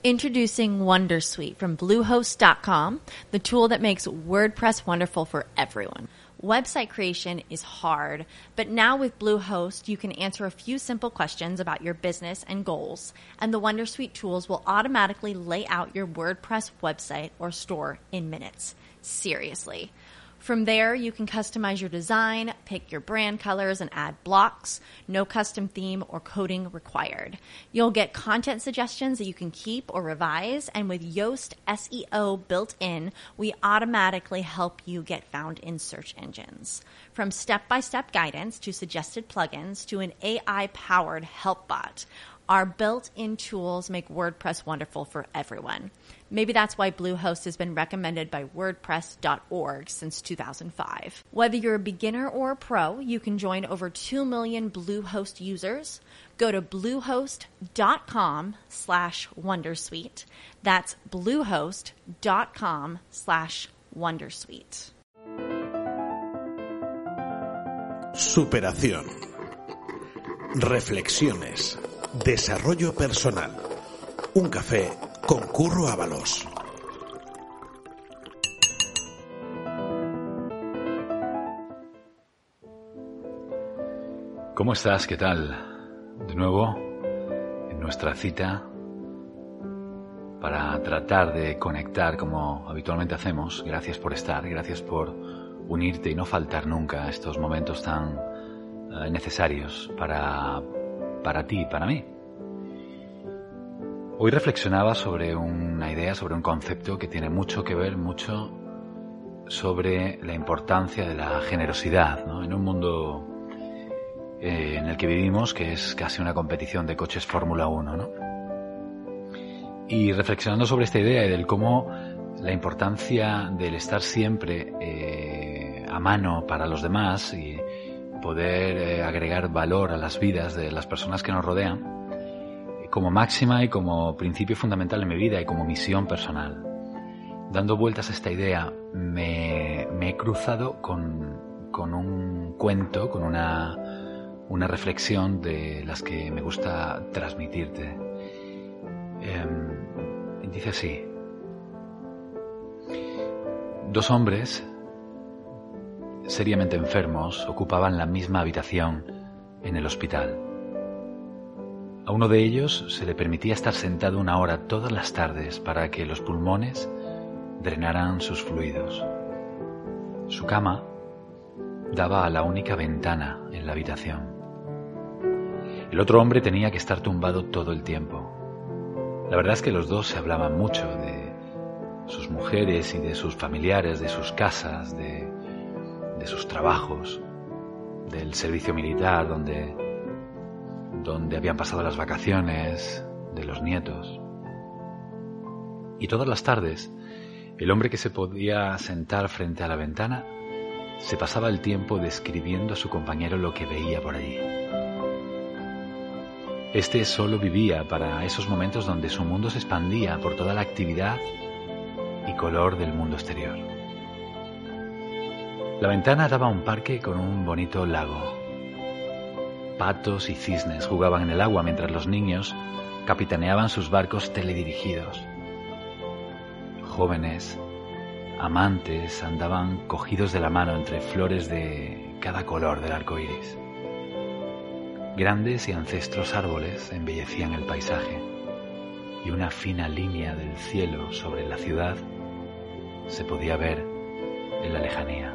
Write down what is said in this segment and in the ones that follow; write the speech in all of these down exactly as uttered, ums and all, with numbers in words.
Introducing Wondersuite from Bluehost dot com, the tool that makes WordPress wonderful for everyone. Website creation is hard, but now with Bluehost, you can answer a few simple questions about your business and goals, and the Wondersuite tools will automatically lay out your WordPress website or store in minutes. Seriously. From there, you can customize your design, pick your brand colors, and add blocks. No custom theme or coding required. You'll get content suggestions that you can keep or revise, and with Yoast S E O built in, we automatically help you get found in search engines. From step-by-step guidance to suggested plugins to an A I-powered help bot, our built-in tools make WordPress wonderful for everyone. Maybe that's why Bluehost has been recommended by WordPress dot org since two thousand five. Whether you're a beginner or a pro, you can join over two million Bluehost users. Go to bluehost dot com slash wondersuite. That's bluehost dot com slash wondersuite. Superación. Reflexiones. Desarrollo personal. Un café con Curro Ábalos. ¿Cómo estás? ¿Qué tal? De nuevo, en nuestra cita para tratar de conectar como habitualmente hacemos. Gracias por estar, gracias por unirte y no faltar nunca a estos momentos tan uh, necesarios para, para ti y para mí. Hoy reflexionaba sobre una idea, sobre un concepto que tiene mucho que ver, mucho sobre la importancia de la generosidad, ¿no? En un mundo eh, en el que vivimos, que es casi una competición de coches Fórmula uno, ¿no? Y reflexionando sobre esta idea y del cómo la importancia del estar siempre eh, a mano para los demás y poder eh, agregar valor a las vidas de las personas que nos rodean, como máxima y como principio fundamental en mi vida y como misión personal. Dando vueltas a esta idea, me, me he cruzado con, con un cuento, con una, una reflexión de las que me gusta transmitirte. Eh, dice así: dos hombres seriamente enfermos ocupaban la misma habitación en el hospital. A uno de ellos se le permitía estar sentado una hora todas las tardes para que los pulmones drenaran sus fluidos. Su cama daba a la única ventana en la habitación. El otro hombre tenía que estar tumbado todo el tiempo. La verdad es que los dos se hablaban mucho de sus mujeres y de sus familiares, de sus casas, de, de sus trabajos, del servicio militar donde... donde habían pasado las vacaciones, de los nietos. Y todas las tardes, el hombre que se podía sentar frente a la ventana se pasaba el tiempo describiendo a su compañero lo que veía por allí. Este solo vivía para esos momentos donde su mundo se expandía por toda la actividad y color del mundo exterior. La ventana daba a un parque con un bonito lago. Patos y cisnes jugaban en el agua mientras los niños capitaneaban sus barcos teledirigidos. Jóvenes, amantes, andaban cogidos de la mano entre flores de cada color del arco iris. Grandes y ancestros árboles embellecían el paisaje, y una fina línea del cielo sobre la ciudad se podía ver en la lejanía.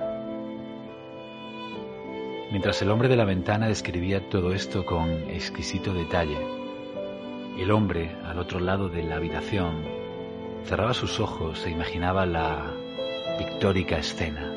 Mientras el hombre de la ventana describía todo esto con exquisito detalle, el hombre, al otro lado de la habitación, cerraba sus ojos e imaginaba la pictórica escena.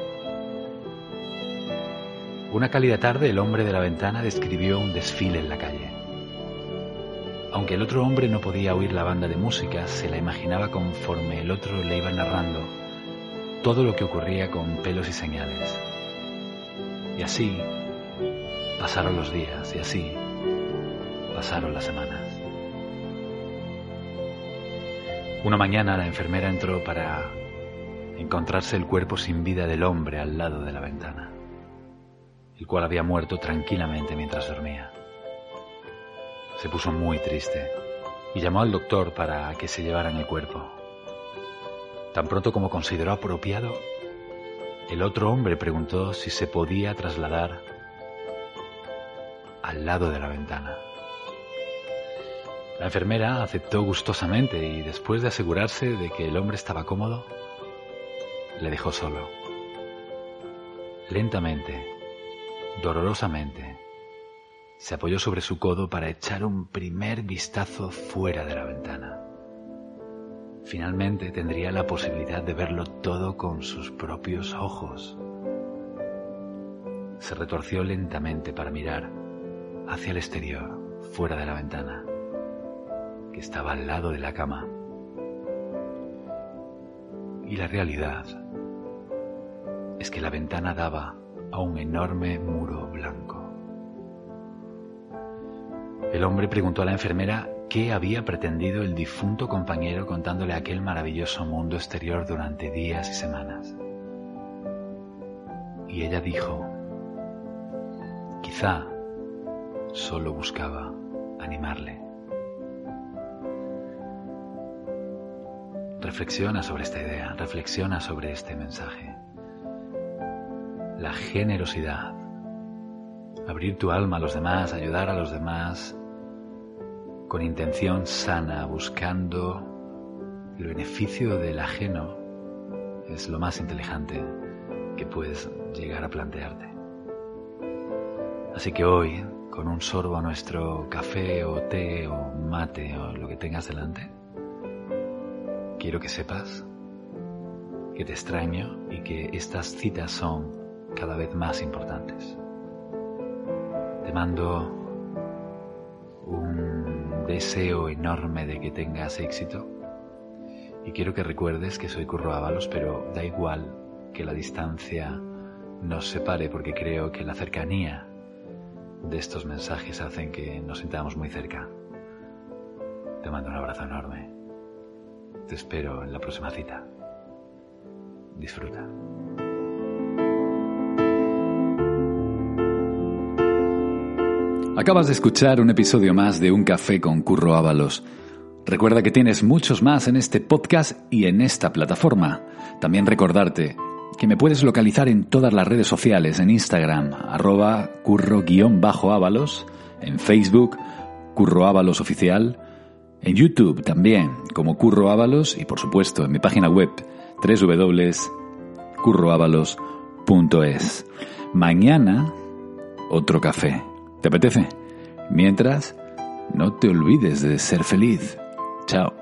Una cálida tarde, el hombre de la ventana describió un desfile en la calle. Aunque el otro hombre no podía oír la banda de música, se la imaginaba conforme el otro le iba narrando todo lo que ocurría con pelos y señales. Y así pasaron los días, y así pasaron las semanas. Una mañana la enfermera entró para encontrarse el cuerpo sin vida del hombre al lado de la ventana, el cual había muerto tranquilamente mientras dormía. Se puso muy triste y llamó al doctor para que se llevaran el cuerpo. Tan pronto como consideró apropiado, el otro hombre preguntó si se podía trasladar al lado de la ventana. La enfermera aceptó gustosamente y después de asegurarse de que el hombre estaba cómodo, le dejó solo. Lentamente, dolorosamente, se apoyó sobre su codo para echar un primer vistazo fuera de la ventana. Finalmente tendría la posibilidad de verlo todo con sus propios ojos. Se retorció lentamente para mirar hacia el exterior, fuera de la ventana, que estaba al lado de la cama. Y la realidad es que la ventana daba a un enorme muro blanco. El hombre preguntó a la enfermera qué había pretendido el difunto compañero contándole aquel maravilloso mundo exterior durante días y semanas. Y ella dijo, quizá solo buscaba animarle. Reflexiona sobre esta idea, reflexiona sobre este mensaje. La generosidad, abrir tu alma a los demás, ayudar a los demás con intención sana, buscando el beneficio del ajeno, es lo más inteligente que puedes llegar a plantearte. Así que hoy, con un sorbo a nuestro café o té o mate o lo que tengas delante, quiero que sepas que te extraño y que estas citas son cada vez más importantes. Te mando un deseo enorme de que tengas éxito y quiero que recuerdes que soy Curro Ábalos, pero da igual que la distancia nos separe porque creo que la cercanía de estos mensajes hacen que nos sintamos muy cerca. Te mando un abrazo enorme. Te espero en la próxima cita. Disfruta. Acabas de escuchar un episodio más de Un Café con Curro Ábalos. Recuerda que tienes muchos más en este podcast y en esta plataforma. También recordarte que me puedes localizar en todas las redes sociales, en Instagram, arroba curro-ábalos, en Facebook, Curro Ábalos Oficial, en YouTube también, como Curro Ábalos, y por supuesto en mi página web, doble u doble u doble u punto curro ábalos punto es. Mañana, otro café. ¿Te apetece? Mientras, no te olvides de ser feliz. Chao.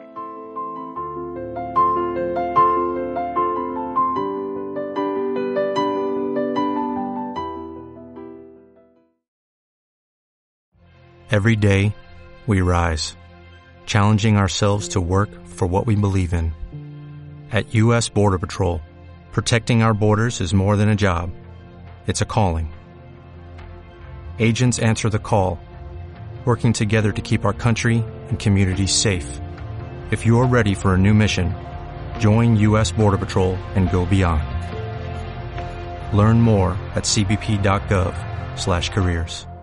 Every day, we rise, challenging ourselves to work for what we believe in. At U S Border Patrol, protecting our borders is more than a job. It's a calling. Agents answer the call, working together to keep our country and communities safe. If you're ready for a new mission, join U S Border Patrol and go beyond. Learn more at c b p dot gov slash careers.